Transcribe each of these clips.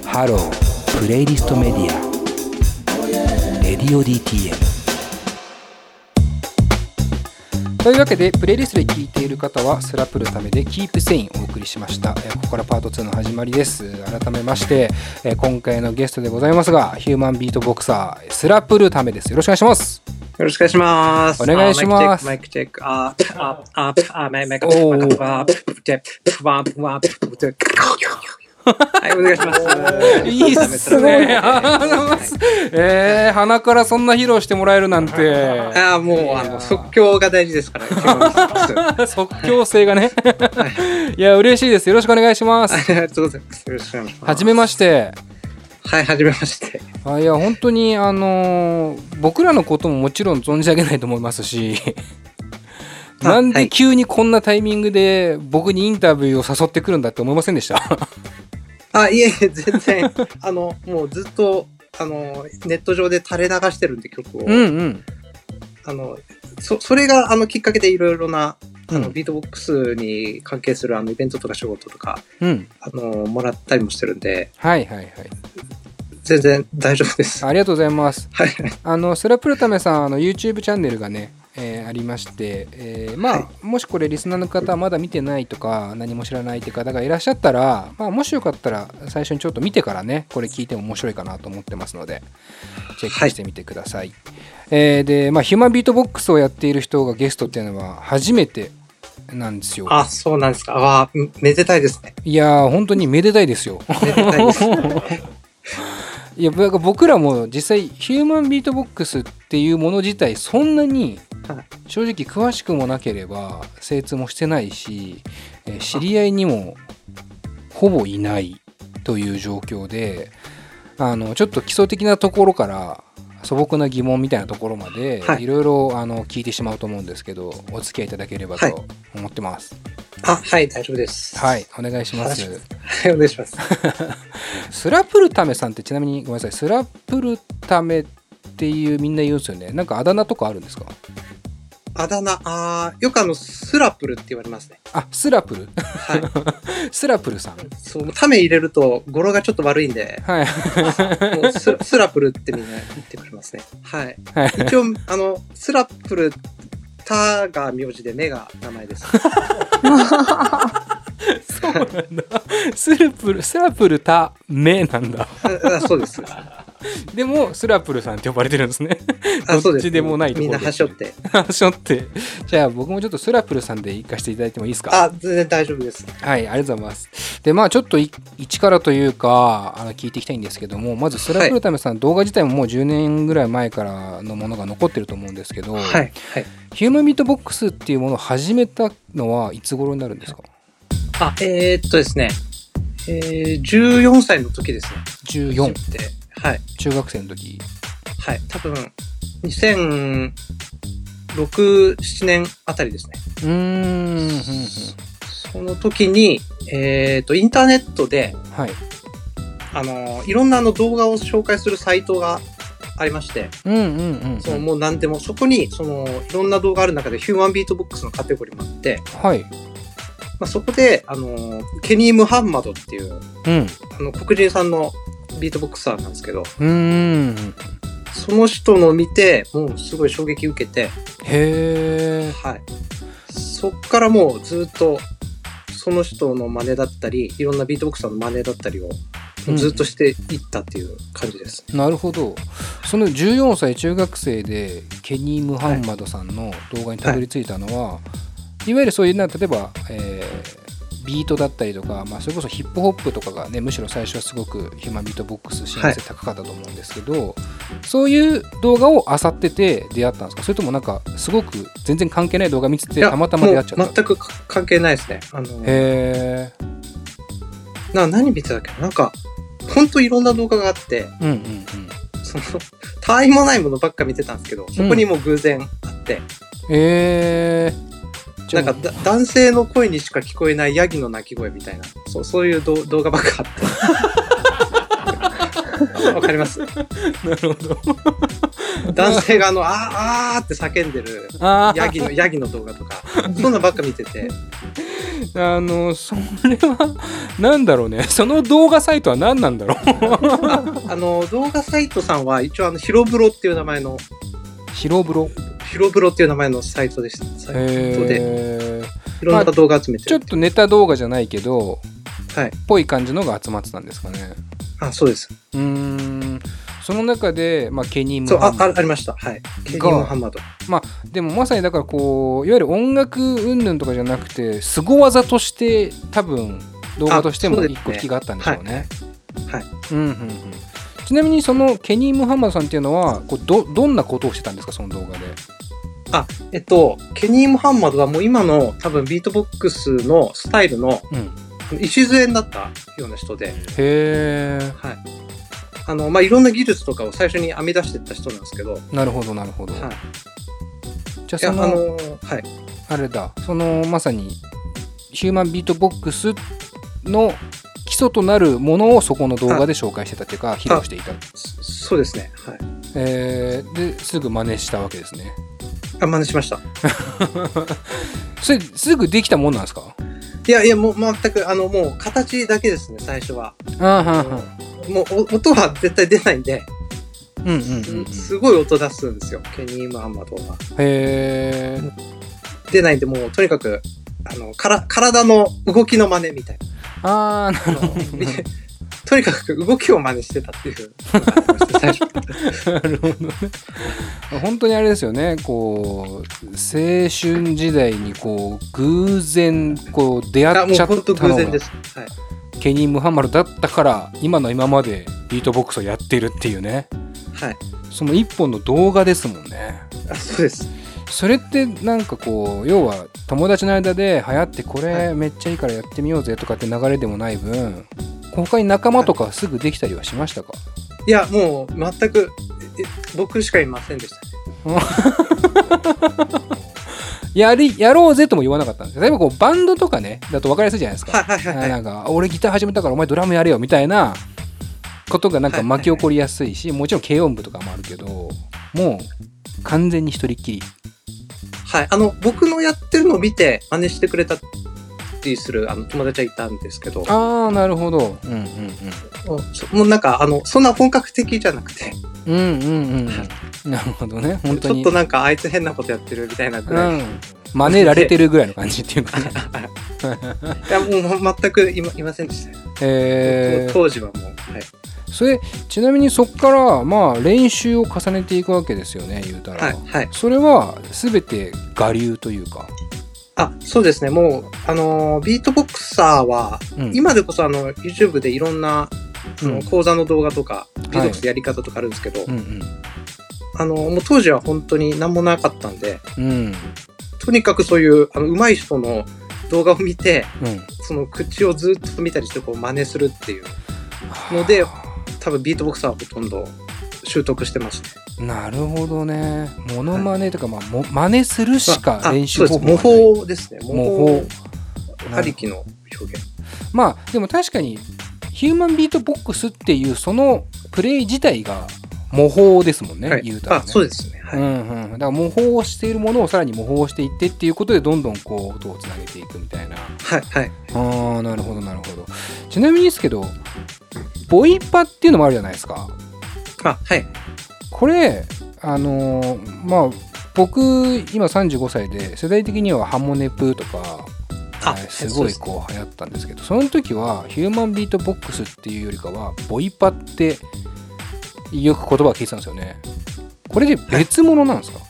ハロープレイリストメディアレディオ DTM というわけで、プレイリストで聴いている方はスラプルためで Keep Sane をお送りしました。ここからパート2の始まりです。改めまして今回のゲストでございますが、ヒューマンビートボクサースラプルためです。よろしくお願いします。 よろしくお願いします。 お願いします。 マイクチェック。はい、お願いします。 いいっすね。鼻からそんな披露してもらえるなんて。 もう即興が大事ですから。 即興性がね。いや、嬉しいです。よろしくお願いします。 ありがとうございます。よろしくお願いします。 はじめまして。 はい、はじめまして。 いや、本当に僕らのことももちろん存じ上げないと思いますし。なんで急にこんなタイミングで僕にインタビューを誘ってくるんだって思いませんでした？ いえ、全然もうずっとネット上で垂れ流してるんで、曲を。それがきっかけでいろいろなビートボックスに関係するイベントとか仕事とか、もらったりもしてるんで、 はいはいはい、 全然大丈夫です。 ありがとうございます。 はい、 スラプルタメさんYouTube チャンネルがね、ありまして、もしこれリスナーの方まだ見てないとか何も知らないって方がいらっしゃったら、もしよかったら最初にちょっと見てからね、これ聞いても面白いかなと思ってますのでチェックしてみてください。で、ヒューマンビートボックスをやっている人がゲストっていうのは初めてなんですよ。 そうなんですか。めでたいですね。 いやー、本当にめでたいですよ。 めでたいです。 いや、僕らも実際ヒューマンビートボックスっていうもの自体そんなに正直詳しくもなければ精通もしてないし、知り合いにもほぼいないという状況で、ちょっと基礎的なところから素朴な疑問みたいなところまでいろいろ聞いてしまうと思うんですけど、お付き合いいただければと思ってます。 はい、大丈夫です。 はい、お願いします。 はい、お願いします。 スラプルタメさんってちなみにごめんなさい、スラプルタメっていうみんな言うんですよね。なんかあだ名とかあるんですか？ あだ名、よくスラプルって言われますね。 スラプル？ はい。 スラプルさん。 そう、タメ入れると語呂がちょっと悪いんで、 はい。 もうスラプルってみんな言ってくれますね。はい。はい、一応、スラプル、タが名字でメが名前です。 そうなんだ。スラプルタメなんだ。 そうです。 でもスラプルさんって呼ばれてるんですね。どっちでもないところで。 みんなはしょって。 じゃあ僕もちょっとスラプルさんで行かせていただいてもいいですか？ 全然大丈夫です。 はい、ありがとうございます。で、ちょっと一からというか聞いていきたいんですけども、まずスラプルタメさん、動画自体ももう10年ぐらい前からのものが残ってると思うんですけど、ヒューマンビートボックスっていうものを始めたのはいつ頃になるんですか？ ですね、14歳の時ですね。 14って、 はい、 中学生の時。 はい、多分2006、7年あたりですね。その時にインターネットで、はい、いろんな動画を紹介するサイトがありまして、もう何でもそこにいろんな動画ある中でヒューマンビートボックスのカテゴリーもあって、はい、そこでケニー・ムハンマドっていう、黒人さんのビートボックサーなんですけど、その人の見てもうすごい衝撃受けて、はい、そっからもうずっとその人の真似だったりいろんなビートボックサーの真似だったりをずっとしていったっていう感じです。 なるほど。その14歳中学生でケニー・ムハンマドさんの動画にたどり着いたのは、いわゆるそういう例えば、ビートだったりとか、それこそヒップホップとかがね、むしろ最初はすごくヒューマンビートボックス親和性高かったと思うんですけど、そういう動画を漁ってて出会ったんですか？それともなんかすごく全然関係ない動画見ててたまたま出会っちゃった？ 全く関係ないですね。何見てたっけ？なんかほんといろんな動画があって、他愛もないものばっか見てたんですけど、そこにも偶然あって、なんか男性の声にしか聞こえないヤギの鳴き声みたいな、そういう動画ばっかあってわかります？なるほど。 男性があーって叫んでるヤギの動画とかそんなばっか見てて、 それはなんだろうね。その動画サイトは何なんだろう。動画サイトさんは一応ヒロブロっていう名前のヒロブロっていう名前のサイトでした。サイトでいろんな動画集めてる、 ちょっとネタ動画じゃないけど、 はい、 ぽい感じのが集まってたんですかね。 そうです。 その中で、ケニー・ムハンマド。 ありました。はい。ケニー・ムハンマド。 でもまさにだからこう、いわゆる音楽云々とかじゃなくて、凄技として多分動画としても一個引きがあったんでしょうね。 はい。 ちなみにそのケニー・ムハンマドさんっていうのはこうどんなことをしてたんですか、その動画で。 ケニー・ムハンマドはもう今の多分ビートボックスのスタイルの礎になったような人で。 へー。 はい。いろんな技術とかを最初に編み出していった人なんですけど。 なるほどなるほど。 はい。 じゃあはい。あれだ、まさにヒューマンビートボックスの基礎となるものをそこの動画で紹介してたっていうか、披露していた。 そうですね。はい。 ですぐ真似したわけですね。 真似しました。 それすぐできたもんなんですか？ いやもう全くもう形だけですね、最初は。もう音は絶対出ないんで、すごい音出すんですよ、ケニー・ムハンマドは。 へー。 出ないんで、もうとにかく体の動きの真似みたいな。 なるほど。 とにかく動きを真似してたっていう最初。 なるほどね。本当にあれですよね。こう青春時代にこう偶然こう出会っちゃったのが偶然です。はい。 ケニー・ムハンマドだったから今までビートボックスをやってるっていうね。 はい。 その一本の動画ですもんね。 そうです。 それってなんかこう要は友達の間で流行ってこれめっちゃいいからやってみようぜとかって流れでもない分、他に仲間とかすぐできたりはしましたか？ いやもう全く僕しかいませんでしたね。 やろうぜとも言わなかったんですよ。例えばこうバンドとかねだと分かりやすいじゃないですか。なんか俺ギター始めたからお前ドラムやれよみたいなことがなんか巻き起こりやすいし、もちろん軽音部とかもあるけど、もう完全に一人っきり。 はい、僕のやってるのを見て真似してくれたりする友達はいたんですけど。 なるほど。 もうなんかそんな本格的じゃなくて。 なるほどね。本当にちょっとなんかあいつ変なことやってるみたいなぐらい。 真似られてるぐらいの感じっていうかね。 いやもう全くいませんでしたよ。当時はもう。はい。 それちなみにそこから練習を重ねていくわけですよね、言うたら。 はい。 それは全て我流というか。 そうですね。もうビートボクサーは、今でこそYouTube でいろんな講座の動画とか、ビートボクスやり方とかあるんですけど、もう当時は本当に何もなかったんで、とにかくそういう上手い人の動画を見て、その口をずっと見たりしてこう真似するっていうので、多分ビートボクサーはほとんど習得してますね。 なるほどね。モノマネとか、真似するしか練習方法がない。 模倣ですね。模倣ありきの表現。 でも確かにヒューマンビートボックスっていうそのプレイ自体が模倣ですもんね、言うたらね。 そうですね。 だから模倣をしているものをさらに模倣していってっていうことでどんどんこう音をつなげていくみたいな。なるほどなるほど。ちなみにですけどボイパっていうのもあるじゃないですか。これ僕今35歳で世代的にはハモネプとかすごいこう流行ったんですけど、その時はヒューマンビートボックスっていうよりかはボイパってよく言葉を聞いてたんですよね。これで別物なんですか？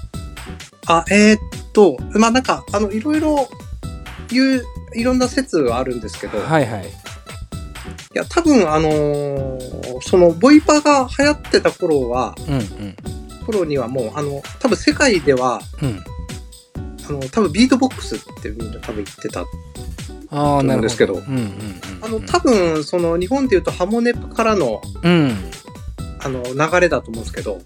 なんかいろんな説はあるんですけど、いや多分そのボイパが流行ってた頃は、頃にはもう多分世界では、多分ビートボックスってみんな多分言ってたと思うんですけど、多分その日本でいうとハモネプからの、流れだと思うんですけど、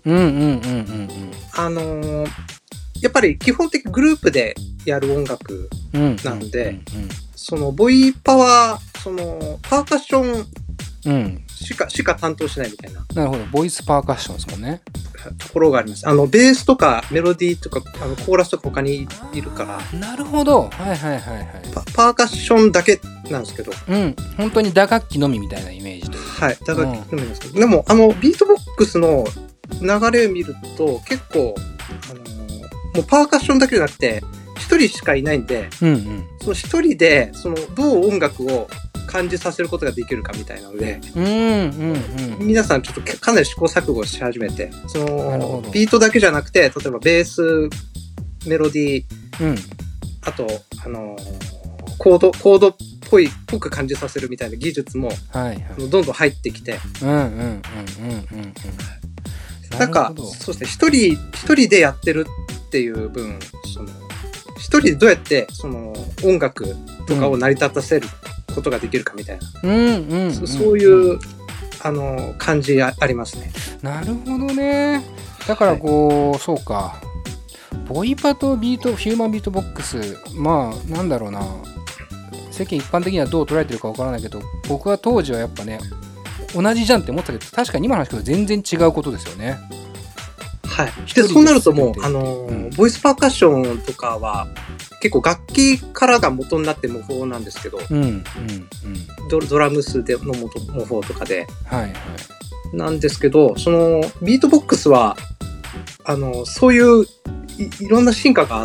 やっぱり基本的グループでやる音楽なんで、そのボイパはそのパーカッションしか担当しないみたいな。 なるほど、ボイスパーカッションですもんね。 ところがあります。ベースとかメロディーとかコーラスとか他にいるから。 なるほど。はいはいはいはい。 パーカッションだけなんですけど。 うん。本当に打楽器のみみたいなイメージというか。 はい。打楽器のみなんですけど。でもビートボックスの流れを見ると結構もうパーカッションだけじゃなくて一人しかいないんで、うんうん、その一人でどう音楽を感じさせることができるかみたいなので、うんうんうん、皆さんちょっとかなり試行錯誤し始めて、ビートだけじゃなくて、例えばベース、メロディー、うん、あと、コードっぽく感じさせるみたいな技術も、はいはい、どんどん入ってきて、なんか、そうですね、一人でやってるっていう分、一人でどうやって音楽とかを成り立たせることができるかみたいな、そういう感じありますね。 なるほどね。だからそうか、ボイパとヒューマンビートボックス、まあなんだろうな、世間一般的にはどう捉えてるかわからないけど、僕は当時はやっぱね、同じじゃんって思ったけど、確かに今の話と全然違うことですよね。 はい。で、そうなるともう、ボイスパーカッションとかは、結構楽器からが元になって模倣なんですけど、ドラムスの模倣とかで、はいはい、なんですけど、ビートボックスは、そういういろんな進化があって、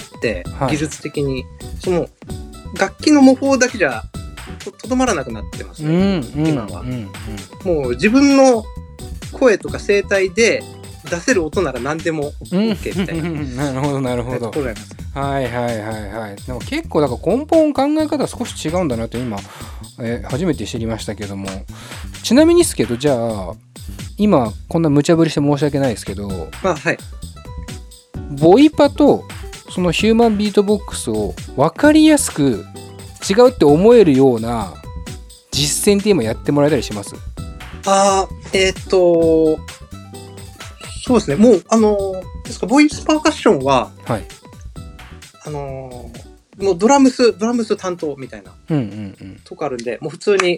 はい、技術的に、楽器の模倣だけじゃとどまらなくなってますね、今は。もう自分の声とか声帯で出せる音なら何でも OK みたいな。 なるほどなるほど。はいはいはいはい。でも結構だから根本考え方は少し違うんだなって今、初めて知りましたけども、ちなみにですけど、じゃあ今こんな無茶ぶりして申し訳ないですけど、 はい、 ボイパとそのヒューマンビートボックスを分かりやすく違うって思えるような実践って今やってもらえたりします？ そうですね。もうですか、ボイスパーカッションは、はい、もうドラムス担当みたいなとこあるんで、もう普通に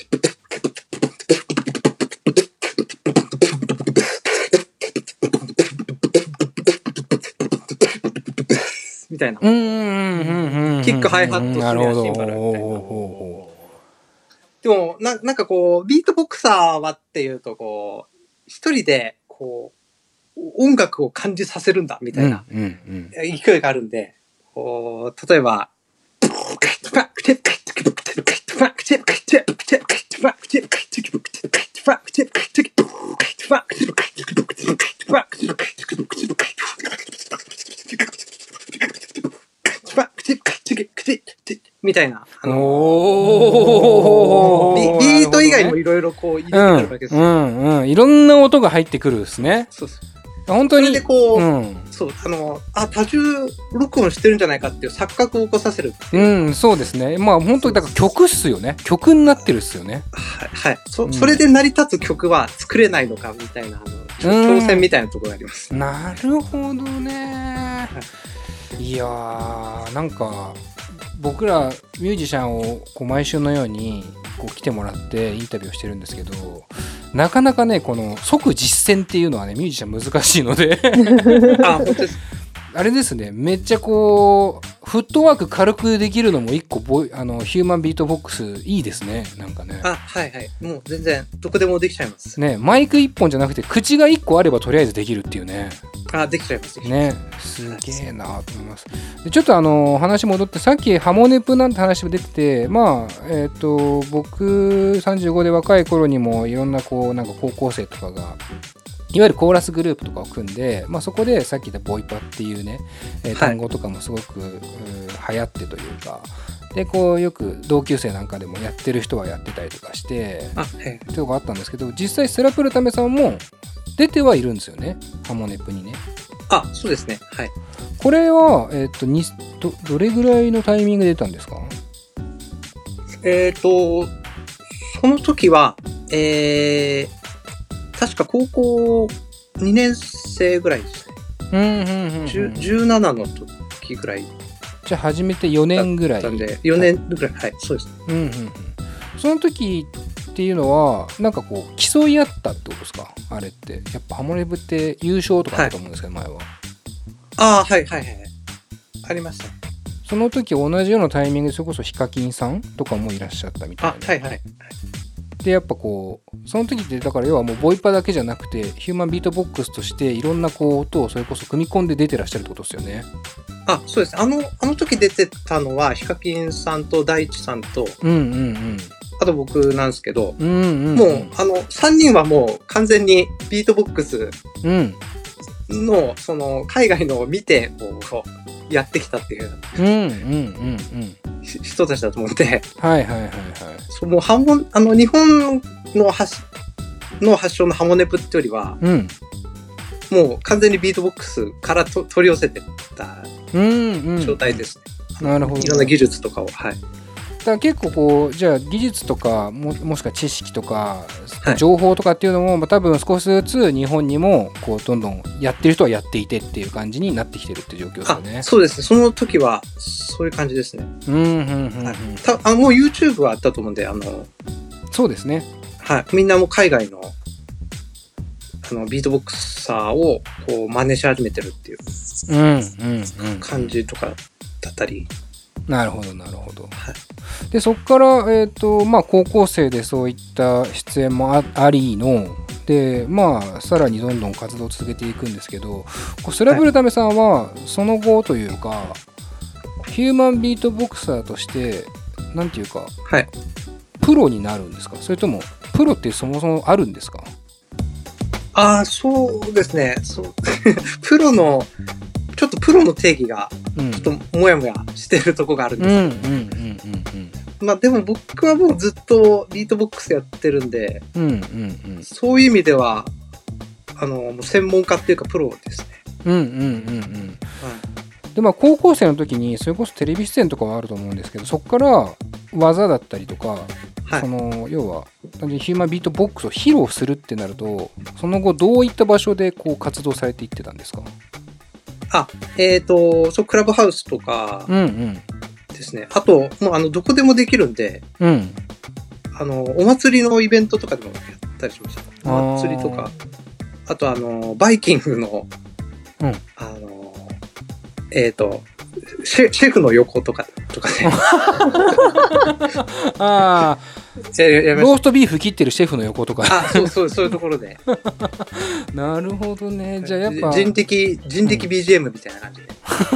みたいな、キックハイハットスネアシンバルみたいな。でもなんかこうビートボクサーはっていうとこう一人でこう音楽を感じさせるんだみたいな勢いがあるんで、例えばみたいな、ビート以外にもいろいろこう入れてくるわけですよ。 いろんな音が入ってくるんですね。 そうそう。 本当に。 それでこう、そう多重録音してるんじゃないかっていう錯覚を起こさせる。 そうですね。まあ本当にだから曲っすよね。曲になってるっすよね。 はい。それで成り立つ曲は作れないのかみたいな挑戦みたいなところがあります。 なるほどね。いやー、なんか僕らミュージシャンをこう毎週のようにこう来てもらってインタビューをしてるんですけど、なかなかねこの即実践っていうのはねミュージシャン難しいので本当です。 あれですね、めっちゃこうフットワーク軽くできるのも一個ヒューマンビートボックスいいですね。なんかね、 はいはい、もう全然どこでもできちゃいますね。マイク1本じゃなくて口が1個あればとりあえずできるっていうね。 できちゃいますね。すげえなと思います。でちょっと話戻って、さっきハモネプなんて話も出てて、まあ僕35で若い頃にもいろんなこうなんか高校生とかがいわゆるコーラスグループとかを組んで、まあ、そこでさっき言ったボイパっていうね、単語とかもすごく、流行ってというか、でこうよく同級生なんかでもやってる人はやってたりとかしてっていうのがあったんですけど、実際スラプルタメさんも出てはいるんですよね、ハモネプにね。 そうですね。はい。 これは、どれぐらいのタイミングで出たんですか？ その時は確か高校2年生ぐらいですね。17の時ぐらい。 じゃあ始めて4年ぐらい。 だったんで4年ぐらい、はい、そうです。 その時ってっていうのはなんかこう競い合ったってことですか？あれってやっぱハモネブって優勝とかあったと思うんですけど、前は。 はいありました。 その時同じようなタイミングでそれこそヒカキンさんとかもいらっしゃったみたいな。でやっぱこうその時ってだから要はもうボイパだけじゃなくてヒューマンビートボックスとしていろんなこう音をそれこそ組み込んで出てらっしゃるってことですよね。 そうです。あの時出てたのはヒカキンさんと大地さんと、あと僕なんですけど、もう3人はもう完全にビートボックスのその海外のを見てこうやってきたっていう人たちだと思って、もう日本の発祥のハモネプってよりは、もう完全にビートボックスから取り寄せてた状態ですね。 なるほど。 いろんな技術とかを。だから結構こうじゃあ技術とか もしくは知識とか情報とかっていうのも、多分少しずつ日本にもこうどんどんやってる人はやっていてっていう感じになってきてるっていう状況ですよね。 そうですね。その時はそういう感じですね。もう YouTube はあったと思うんで、 そうですね。 みんなもう海外のビートボックサーをこう真似し始めてるっていう感じとかだったり。 なるほど。でそこから、高校生でそういった出演もありので、さらにどんどん活動を続けていくんですけど、スラブルタメさんはその後というか、ヒューマンビートボクサーとしてなんていうか、プロになるんですか？それともプロってそもそもあるんですか？ そうですね。ちょっとプロの定義がちょっともやもやしてるとこがあるんですけど、でも僕はもうずっとビートボックスやってるんで、そういう意味ではもう専門家っていうかプロですね。 で高校生の時にそれこそテレビ出演とかはあると思うんですけど、そこから技だったりとか、要はヒューマンビートボックスを披露するってなると、その後どういった場所でこう活動されていってたんですか？ クラブハウスとかですね。あともうどこでもできるんで、お祭りのイベントとかでもやったりしました。お祭りとか、あとバイキングのシェフの横とかね。 ローストビーフ切ってるシェフの横とか。 そういうところで。 なるほどね。じゃあやっぱ人的 BGM みたいな感じ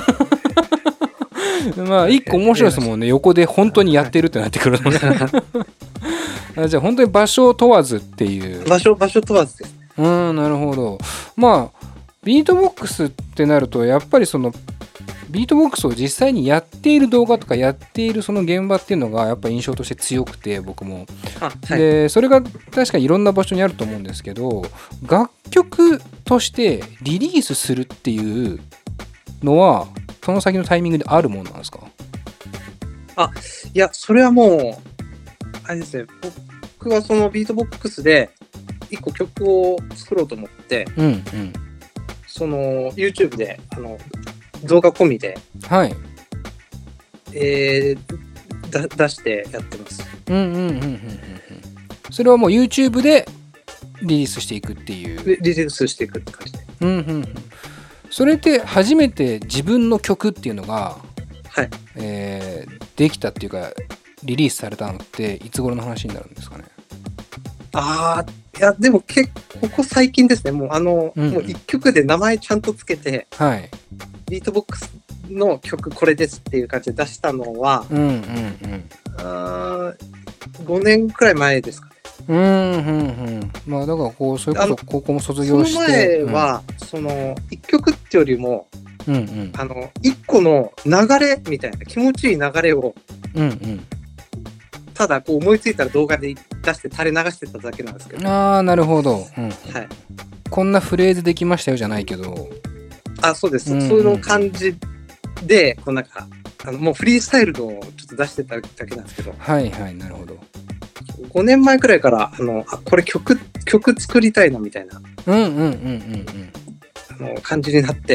で。一個面白いですもんね。横で本当にやってるってなってくるのね。じゃあ本当に場所を問わずっていう。 場所問わずですね。 なるほど。ビートボックスってなるとやっぱりそのビートボックスを実際にやっている動画とかやっているその現場っていうのがやっぱ印象として強くて、僕も。でそれが確かにいろんな場所にあると思うんですけど、楽曲としてリリースするっていうのはその先のタイミングであるものなんですか？ いや、それはもうあれですね。僕はそのビートボックスで一個曲を作ろうと思って、その YouTube で動画込みで、出してやってます。 それはもう YouTube でリリースしていくっていう。 リリースしていくって感じで。 それって初めて自分の曲っていうのが、できたっていうかリリースされたのっていつ頃の話になるんですかね？ いやでもここ最近ですね。もう一曲で名前ちゃんとつけて、ビートボックスの曲これですっていう感じで出したのは、5年くらい前ですかね。 だからこうそれこそ高校も卒業して、 その前は、その一曲ってよりも、一個の流れみたいな気持ちいい流れを、ただこう思いついたら動画で出して垂れ流してただけなんですけど。 なるほど。こんなフレーズできましたよじゃないけど。 そうです。そういうの感じで、こうなんかもうフリースタイルのをちょっと出してただけなんですけど。 なるほど。 5年前くらいからこれ曲作りたいなみたいな感じになって、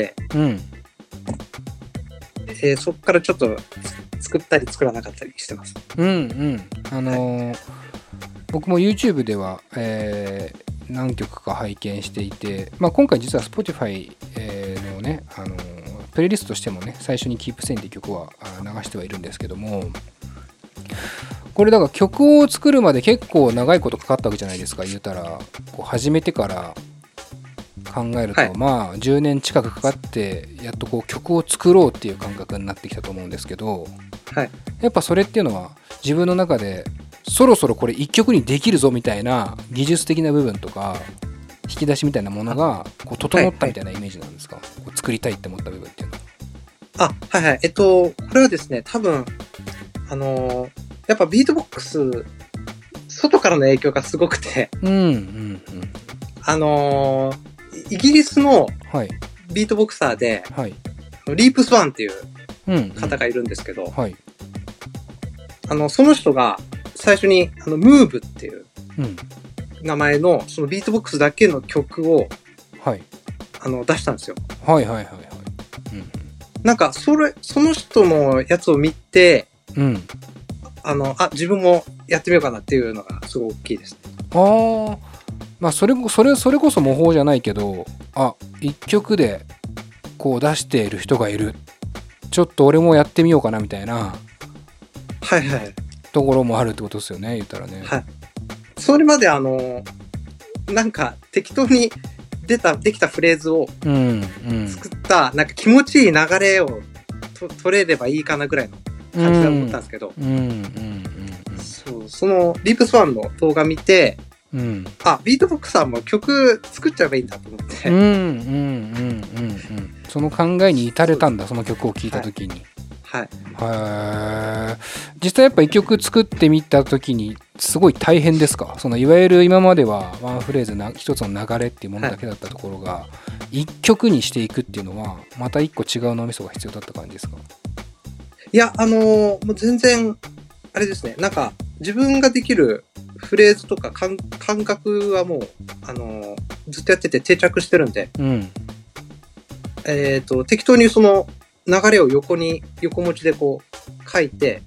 そこからちょっと作ったり作らなかったりしてます。 僕も YouTube では、何曲か拝見していて、まあ、今回実は Spotify のね、プレイリストとしてもね最初に Keep Sane っていう曲は流してはいるんですけども、これだから曲を作るまで結構長いことかかったわけじゃないですか。言うたらこう始めてから考えると、まあ10年近くかかってやっとこう曲を作ろうっていう感覚になってきたと思うんですけど、やっぱそれっていうのは自分の中でそろそろこれ一曲にできるぞみたいな技術的な部分とか引き出しみたいなものがこう整ったみたいなイメージなんですか、こう作りたいって思った部分っていうのは。 これはですね、多分やっぱビートボックス外からの影響がすごくて、イギリスのビートボクサーで、リープスワンっていう方がいるんですけど、その人が最初にムーブっていう名前のそのビートボックスだけの曲を、出したんですよ。なんかその人のやつを見て、自分もやってみようかなっていうのがすごい大きいです。 まあそれこそ模倣じゃないけど、一曲でこう出している人がいる、ちょっと俺もやってみようかなみたいなところもあるってことですよね、言ったらね。 それまでなんか適当にできたフレーズを作った、なんか気持ちいい流れを取れればいいかなぐらいの感じだと思ったんですけど、そのリープスワンの動画見て、ビートボクサーも曲作っちゃえばいいんだと思って、 その考えに至れたんだ、その曲を聴いた時に。実際やっぱ一曲作ってみた時にすごい大変ですか？そのいわゆる今まではワンフレーズ一つの流れっていうものだけだったところが、一曲にしていくっていうのはまた一個違う脳みそが必要だった感じですか？ いや、もう全然あれですね、なんか自分ができるフレーズとか感覚はもうずっとやってて定着してるんで、適当にその流れを横持ちでこう書いて、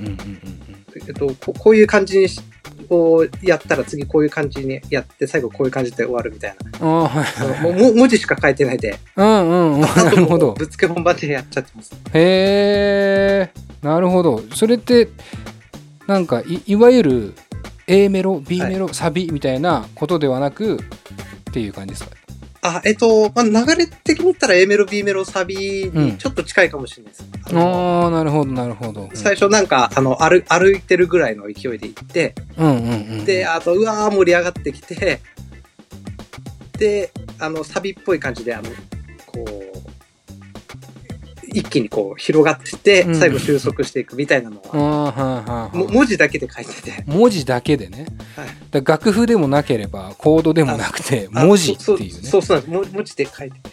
こういう感じにをやったら次こういう感じにやって最後こういう感じで終わるみたいな。文字しか書いてないで、 なるほど。 ぶっつけ本番でやっちゃってます。 へー、なるほど。それってなんか いわゆる A メロ B メロ、サビみたいなことではなくっていう感じですか？ 流れ的に言ったら A メロ B メロサビにちょっと近いかもしれないです。 なるほど。 最初なんか歩いてるぐらいの勢いで行って、であと盛り上がってきて、でサビっぽい感じでこう一気にこう広がってて、最後収束していくみたいなのは、文字だけで書いてて。 文字だけでね。だ楽譜でもなければコードでもなくて文字っていうね。 そうなんです。文字で書いてて。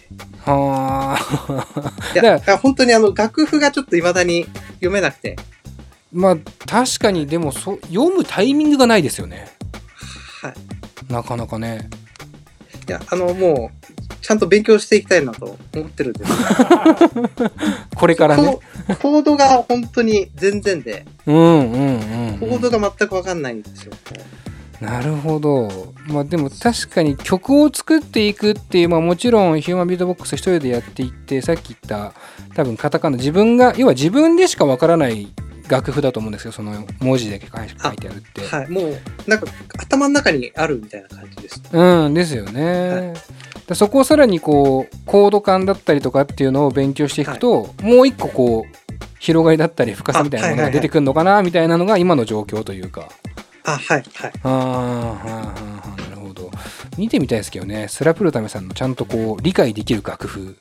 いや本当に楽譜がちょっと未だに読めなくて。 まあ確かにでも読むタイミングがないですよね。なかなかね。 いやもうちゃんと勉強していきたいなと思ってるんですこれからね。 コードが本当に全然で、コードが全く分かんないんですよ。 なるほど。まあでも確かに曲を作っていくっていう、もちろんヒューマンビートボックス一人でやっていって、さっき言った多分カタカナ要は自分でしか分からない楽譜だと思うんですよ、その文字だけ書いてあるって。 もうなんか頭の中にあるみたいな感じです。 ですよね。そこをさらにこうコード感だったりとかっていうのを勉強していくと、もう一個こう広がりだったり深さみたいなものが出てくるのかなみたいなのが今の状況というか。なるほど。見てみたいですけどね、スラプルタメさんのちゃんとこう理解できる楽譜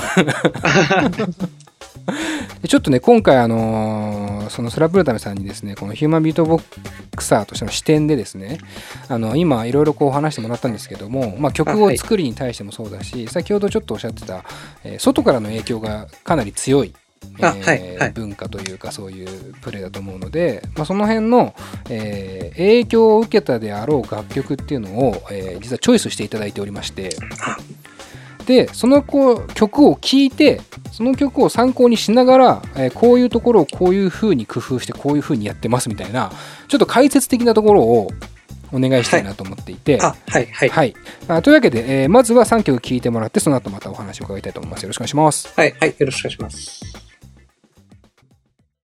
ちょっとね今回そのスラプルタメさんにですね、このヒューマンビートボクサーとしての視点でですね、今いろいろこう話してもらったんですけども、曲を作りに対してもそうだし、先ほどちょっとおっしゃってた、外からの影響がかなり強い文化というかそういうプレーだと思うので、その辺の、影響を受けたであろう楽曲っていうのを、実はチョイスしていただいておりまして、でその曲を聴いてその曲を参考にしながら、こういうところをこういう風に工夫してこういう風にやってますみたいな、ちょっと解説的なところをお願いしたいなと思っていて、 はいはいはいというわけで、まずは3曲聴いてもらってその後またお話を伺いたいと思います。よろしくお願いします。 はいはい、よろしくお願いします。